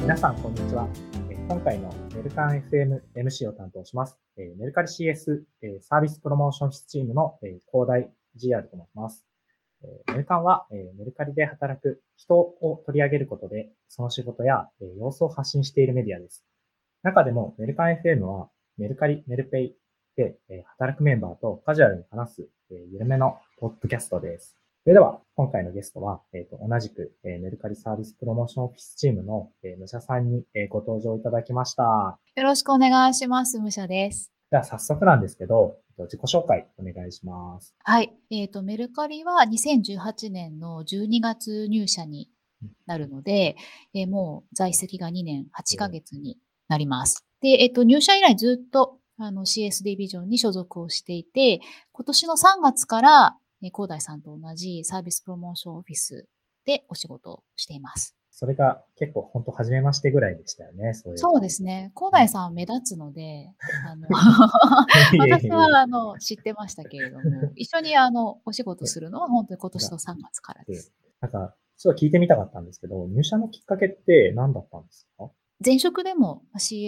皆さん、こんにちは。今回のメルカン FM MC を担当します。メルカリ CS サービスプロモーション室チームの広大 GR と申します。メルカンはメルカリで働く人を取り上げることで、その仕事や様子を発信しているメディアです。中でもメルカン FM はメルカリ、メルペイで働くメンバーとカジュアルに話す緩めのポッドキャストです。それでは、今回のゲストは、同じくメルカリサービスプロモーションオフィスチームの武者さんにご登場いただきました。 よろしくお願いします。武者です。 では早速なんですけど、自己紹介お願いします。 はい。メルカリは2018年の12月入社になるので、もう在籍が2年8ヶ月になります。で、入社以来ずっとCS ディビジョンに所属をしていて、今年の3月から広大さんと同じサービスプロモーションオフィスでお仕事をしています。 それが結構本当初めましてぐらいでしたよね、そういう。 そうですね。広大さんは目立つので、 いえい私えいえ。 は知ってましたけれども、一緒にお仕事するのは本当に今年の3月からでで、 す。 なんか、ちょっと聞いてみたかったんですけど、入社のきっかけって何だったんですか？ 前職でも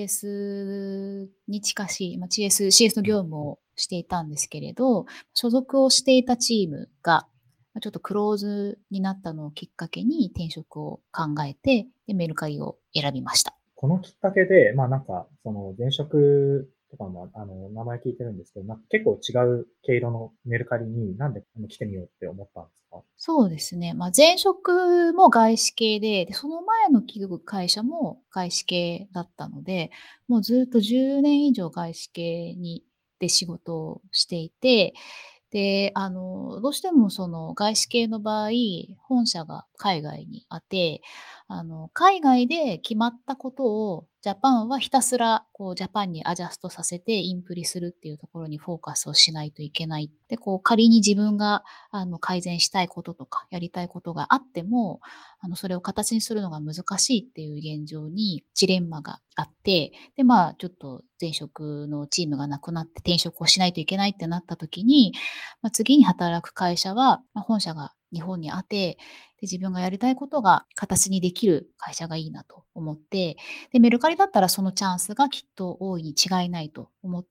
CS に近しい、CS の業務をしていたんですけれど、所属をしていたチームがちょっとクローズになったのをきっかけに転職を考えて、でメルカリを選びました。 このきっかけで、その前職とかも、名前聞いてるんですけど、なんか結構違う毛色のメルカリになんで来てみようって思ったんですか？ そうですね。前職も外資系で、その前の会社も外資系だったので、もうずっと10年以上外資系で仕事をしていて、で、どうしてもその外資系の場合、本社が海外にあって、海外で決まったことを、ジャパンはひたすらジャパンにアジャストさせてインプリするっていうところにフォーカスをしないといけない。で、仮に自分が改善したいこととか、やりたいことがあっても、それを形にするのが難しいっていう現状にジレンマがあって、で、ちょっと前職のチームがなくなって転職をしないといけないってなった時に、次に働く会社は、本社が日本にあって、で、自分がやりたいことが形にできる会社がいいなと思って、で、メルカリだったらそのチャンスがきっと大いに違いないと思って、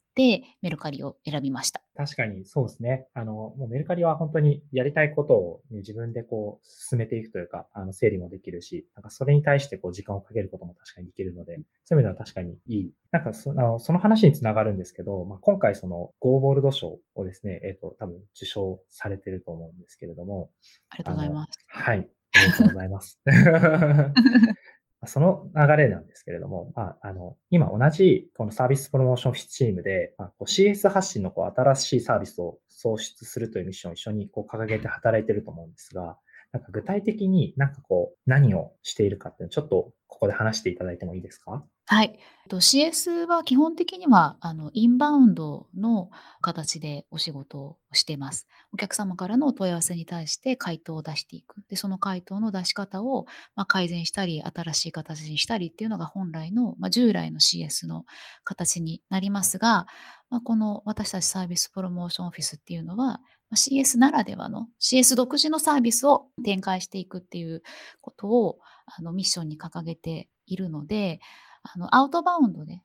メルカリを選びました。 確かにそうですね。もうメルカリは本当にやりたいことをね、自分で進めていくというか、整理もできるし、なんかそれに対して時間をかけることも確かにできるので、そういう意味では確かにいい。なんかその話につながるんですけど、今回そのゴーゴールド賞をですね、多分受賞されてると思うんですけれども、 ありがとうございます。 はい、おめでとうございます。その流れなんですけれども、今同じこのサービスプロモーションチームで、CS 発信の新しいサービスを創出するというミッションを一緒に掲げて働いていると思うんですが、なんか具体的に何をしているかっていうのをちょっとここで話していただいてもいいですか？ はい。CS は基本的には、インバウンドの形でお仕事をしています。お客様からのお問い合わせに対して回答を出していく。で、その回答の出し方を、改善したり、新しい形にしたりっていうのが本来の、従来の CS の形になりますが、この私たちサービスプロモーションオフィスっていうのは、CS ならではの CS 独自のサービスを展開していくっていうことをミッションに掲げているので、アウトバウンドで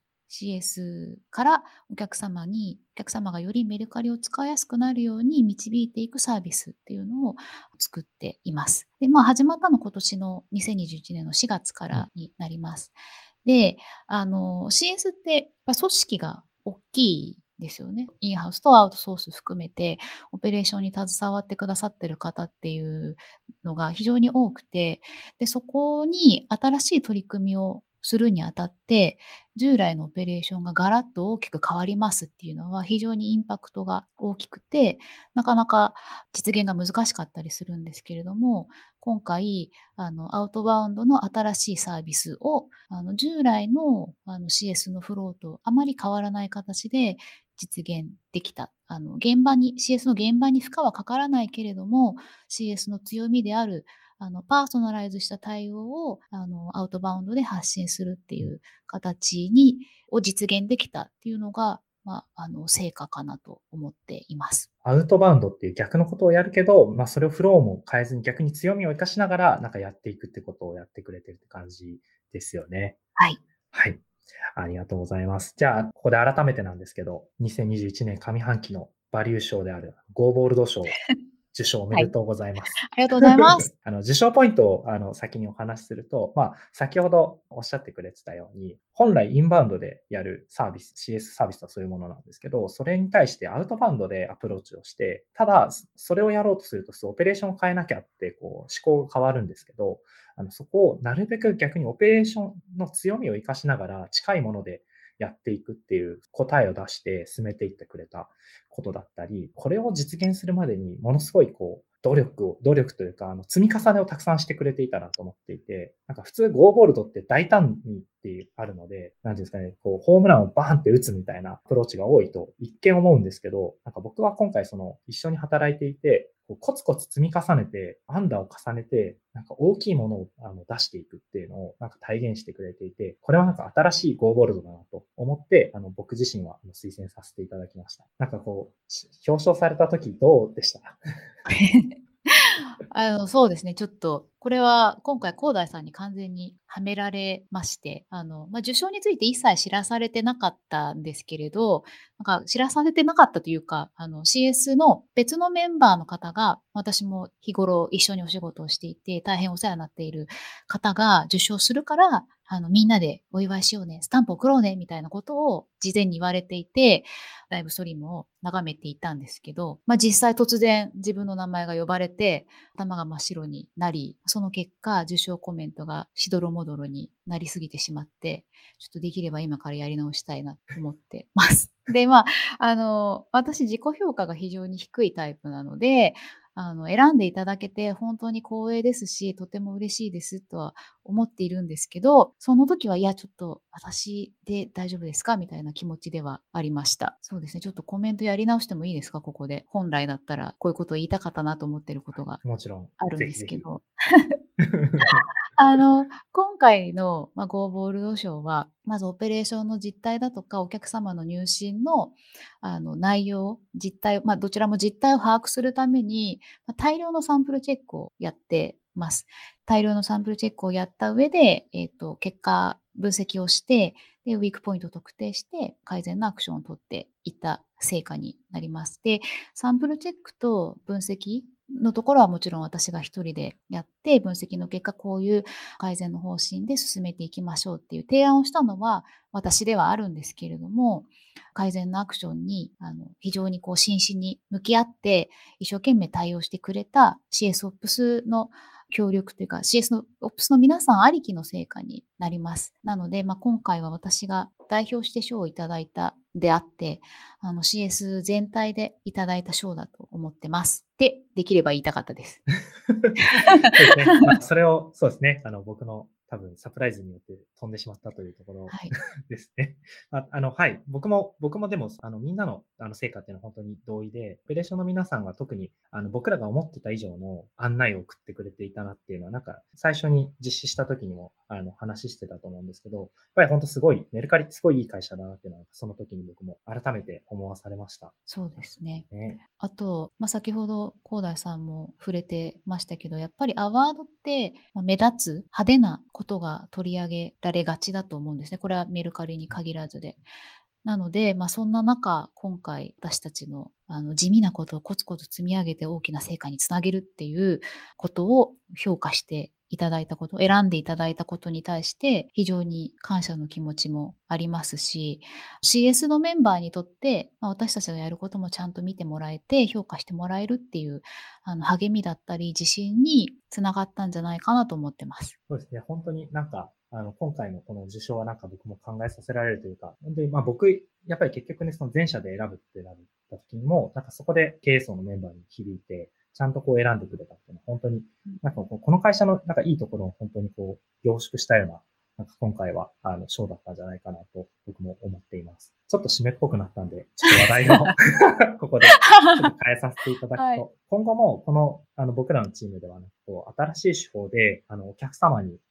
CS からお客様がよりメルカリを使いやすくなるように導いていくサービスっていうのを作っています。で、始まったの今年の2021年の4月からになります。で、CS って組織が大きいですよね。インハウスとアウトソース含めて、オペレーションに携わってくださってる方っていうのが非常に多くて、で、そこに新しい取り組みをするにあたって、従来のオペレーションがガラッと大きく変わりますっていうのは非常にインパクトが大きくて、なかなか実現が難しかったりするんですけれども、今回、アウトバウンドの新しいサービスを、従来の、CS のフローとあまり変わらない形で実現できた。CS の現場に負荷はかからないけれども、CS の強みであるパーソナライズした対応を、アウトバウンドで発信するっていう形を実現できたっていうのが、 成果かなと思っています。 アウトバウンドっていう逆のことをやるけど、それをフローも変えずに逆に強みを生かしながら、やっていくってことをやってくれてるって感じですよね。 はい。 はい。ありがとうございます。じゃあ、ここで改めてなんですけど、2021年上半期のバリュー賞であるゴーボールド賞受賞おめはい。 でとうございます。 ありがとうございます。 受賞ポイントを先にお話しすると、先ほどおっしゃってくれてたように、本来インバウンドでやるサービス、CS サービスはそういうものなんですけど、それに対してアウトバウンドでアプローチをして、ただ、それをやろうとすると、オペレーションを変えなきゃって、思考が変わるんですけど、そこをなるべく逆にオペレーションの強みを生かしながら、近いものでやっていくっていう答えを出して進めていってくれたことだったり、これを実現するまでにものすごい努力というか、積み重ねをたくさんしてくれていたなと思っていて、普通ゴーボールドって大胆にってあるので、なんていうんですかね、ホームランをバーンって打つみたいなアプローチが多いと一見思うんですけど、僕は今回一緒に働いていて、コツコツ積み重ねて、安打を重ねて、大きいものを出していくっていうのを体現してくれていて、これは新しいゴーボールドだなと思って、僕自身は推薦させていただきました。表彰された時どうでした？ そうですね、ちょっと、これは今回、広大さんに完全にはめられまして、受賞について一切知らされてなかったんですけれど、知らされてなかったというか、CS の別のメンバーの方が、私も日頃一緒にお仕事をしていて、大変お世話になっている方が受賞するから、みんなでお祝いしようね、スタンプ送ろうね、みたいなことを事前に言われていて、ライブストリームを眺めていたんですけど、実際突然自分の名前が呼ばれて、頭が真っ白になり、その結果、受賞コメントがしどろもどろになりすぎてしまって、ちょっとできれば今からやり直したいなと思ってます。で、私自己評価が非常に低いタイプなので、選んでいただけて本当に光栄ですし、とても嬉しいですとは思っているんですけど、その時は、いや、ちょっと私で大丈夫ですかみたいな気持ちではありました。そうですね、ちょっとコメントやり直してもいいですかここで。本来だったらこういうことを言いたかったなと思ってることがもちろん、 あるんぜひぜひ。 ですけど。今回の、ゴーボールド賞は、まずオペレーションの実態だとか、お客様の入信の、内容、実態、どちらも実態を把握するために、大量のサンプルチェックをやってます。大量のサンプルチェックをやった上で、結果分析をして、で、ウィークポイントを特定して、改善のアクションを取っていった成果になります。で、サンプルチェックと分析のところはもちろん私が一人でやって、分析の結果、こういう改善の方針で進めていきましょうっていう提案をしたのは私ではあるんですけれども、改善のアクションに非常に真摯に向き合って、一生懸命対応してくれた CS オプスの協力というか、CS のオプスの皆さんありきの成果になります。なので、今回は私が代表して賞をいただいたであって、CS 全体でいただいた賞だと思ってます。できれば言いたかったです。 そうですね。それを、そうですね。僕の多分サプライズによって飛んでしまったというところはい。 ですね。はい。僕もでも、みんなの、成果っていうのは本当に同意で、オペレーションの皆さんは特に、僕らが思ってた以上の案内を送ってくれていたなっていうのは、最初に実施した時にも、話してたと思うんですけど、やっぱり本当すごい、メルカリってすごいいい会社だなっていうのは、その時に僕も改めて思わされました。 そうですね。 ね。 あと、先ほど広大さんも触れてましたけど、やっぱりアワードって、目立つ派手なことが取り上げられがちだと思うんですね。これはメルカリに限らずで。なので、そんな中、今回私たちの地味なことをコツコツ積み上げて大きな成果につなげるっていうことを評価していただいたこと、選んでいただいたことに対して非常に感謝の気持ちもありますし、CS のメンバーにとって、私たちがやることもちゃんと見てもらえて、評価してもらえるっていう励みだったり自信につながったんじゃないかなと思ってます。 そうですね。本当に今回のこの受賞は僕も考えさせられるというか、で、僕、やっぱり結局ね、その前者で選ぶってなった時にも、そこで経営層のメンバーに響いて、ちゃんと選んでくれたっていうのは、本当に、この会社のいいところを本当に凝縮したような、今回は、賞だったんじゃないかなと、僕も思っています。ちょっと締めっぽくなったんで、ちょっと話題をここでちょっと変えさせていただくと、 はい。 今後も僕らのチームでは新しい手法で、お客様に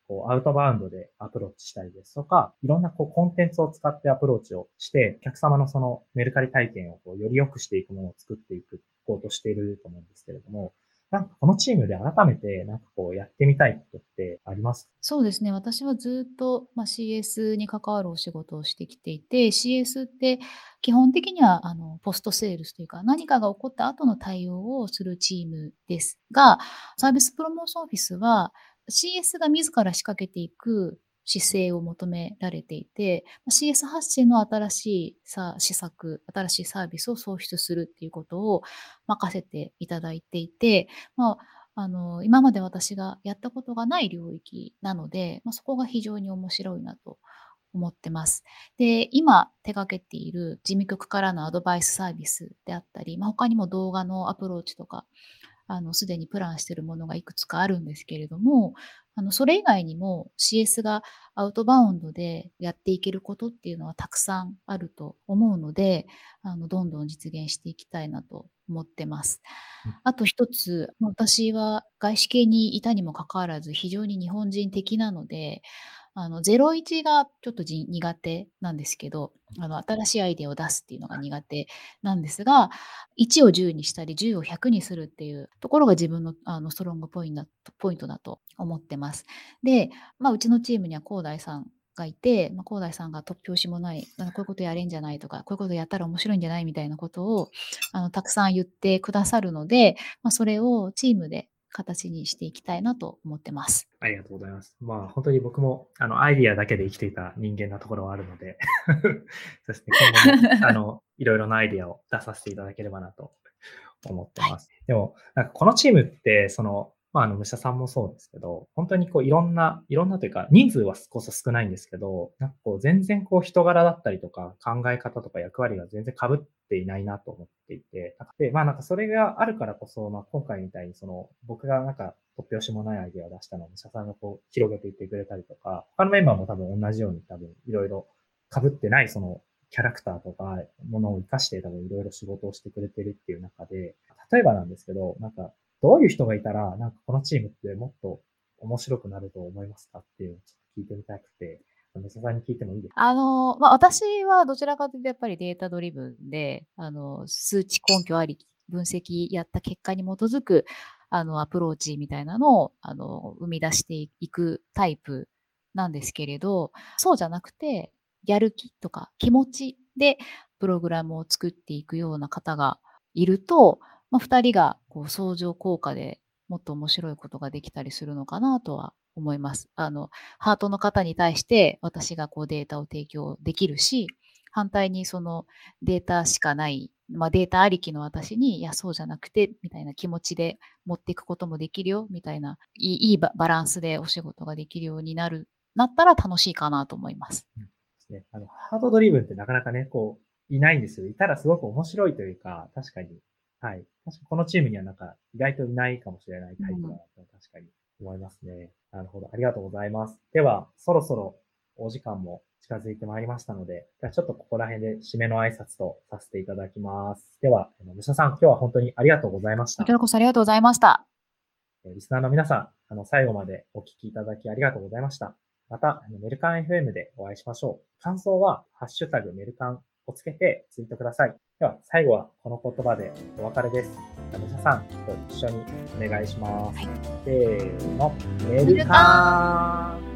こう、アウトバウンドでアプローチしたりですとか、いろんなこう、コンテンツを使ってアプローチをして、お客様のそのメルカリ体験をこうより良くしていくものを作っていこうとしていると思うんですけれども、なんかこのチームで改めて、なんかこう、やってみたいことってありますか？ そうですね。私はずっと、CS に関わるお仕事をしてきていて、CS って基本的にはポストセールスというか、何かが起こった後の対応をするチームですが、サービスプロモーションオフィスは CS が自ら仕掛けていく姿勢を求められていて、CS 発信の新しい施策、新しいサービスを創出するっていうことを任せていただいていて、今まで私がやったことがない領域なので、そこが非常に面白いなと思ってます。で、今手掛けている事務局からのアドバイスサービスであったり、他にも動画のアプローチとか、すでにプランしているものがいくつかあるんですけれども、それ以外にも CS がアウトバウンドでやっていけることっていうのはたくさんあると思うので、どんどん実現していきたいなと思ってます。あと一つ、私は外資系にいたにもかかわらず、非常に日本人的なので、01がちょっと苦手なんですけど、新しいアイデアを出すっていうのが苦手なんですが、1を10にしたり、10を100にするっていうところが自分の、ストロングポイントだと思ってます。で、うちのチームには広大さんがいて、広大さんが突拍子もない、こういうことやれんじゃないとか、こういうことやったら面白いんじゃないみたいなことを、たくさん言ってくださるので、それをチームで形にしていきたいなと思ってます。 ありがとうございます。本当に僕も、アイディアだけで生きていた人間なところはあるのでそうですね、今後も、いろいろなアイディアを出させていただければなと思ってはい。 ます。でも、なんかこのチームって、武者さんもそうですけど、本当にこういろんなというか、人数はこそ少ないんですけど、なんかこう全然こう人柄だったりとか、考え方とか役割が全然被っていないなと思っていて、なんかそれがあるからこそ、今回みたいに僕がなんか突拍子もないアイデアを出したのを武者さんがこう広げていってくれたりとか、他のメンバーも多分同じようにいろいろ被ってないキャラクターとかものを活かして多分いろいろ仕事をしてくれてるっていう中で、例えばなんですけど、なんかどういう人がいたら、なんかこのチームってもっと面白くなると思いますかっていうのをちょっと聞いてみたくて、メサさんに聞いてもいいですか？ 私はどちらかというとやっぱりデータドリブンで、数値根拠ありき、分析やった結果に基づく、アプローチみたいなのを、生み出していくタイプなんですけれど、そうじゃなくて、やる気とか気持ちでプログラムを作っていくような方がいると、2人がこう相乗効果でもっと面白いことができたりするのかなとは思います。ハートの方に対して私がこうデータを提供できるし、反対にそのデータしかない、データありきの私に、いや、そうじゃなくて、みたいな気持ちで持っていくこともできるよ、みたいな、いいバランスでお仕事ができるようになったら楽しいかなと思います。 ですね。ハードドリブンってなかなかね、こう、いないんですよ。いたらすごく面白いというか、確かに、はい。確かこのチームにはなんか、意外といないかもしれないタイプだなと、確かに思いますね。なるほど。ありがとうございます。では、そろそろお時間も近づいてまいりましたので、じゃあちょっとここら辺で締めの挨拶とさせていただきます。では、武者さん、今日は本当にありがとうございました。 こちらこそありがとうございました。 リスナーの皆さん、最後までお聞きいただきありがとうございました。また、メルカン FM でお会いしましょう。感想は、ハッシュタグメルカンをつけてツイートください。では、最後はこの言葉でお別れです。武者さん、一緒にお願いします。 はい。 せーの、メルカン。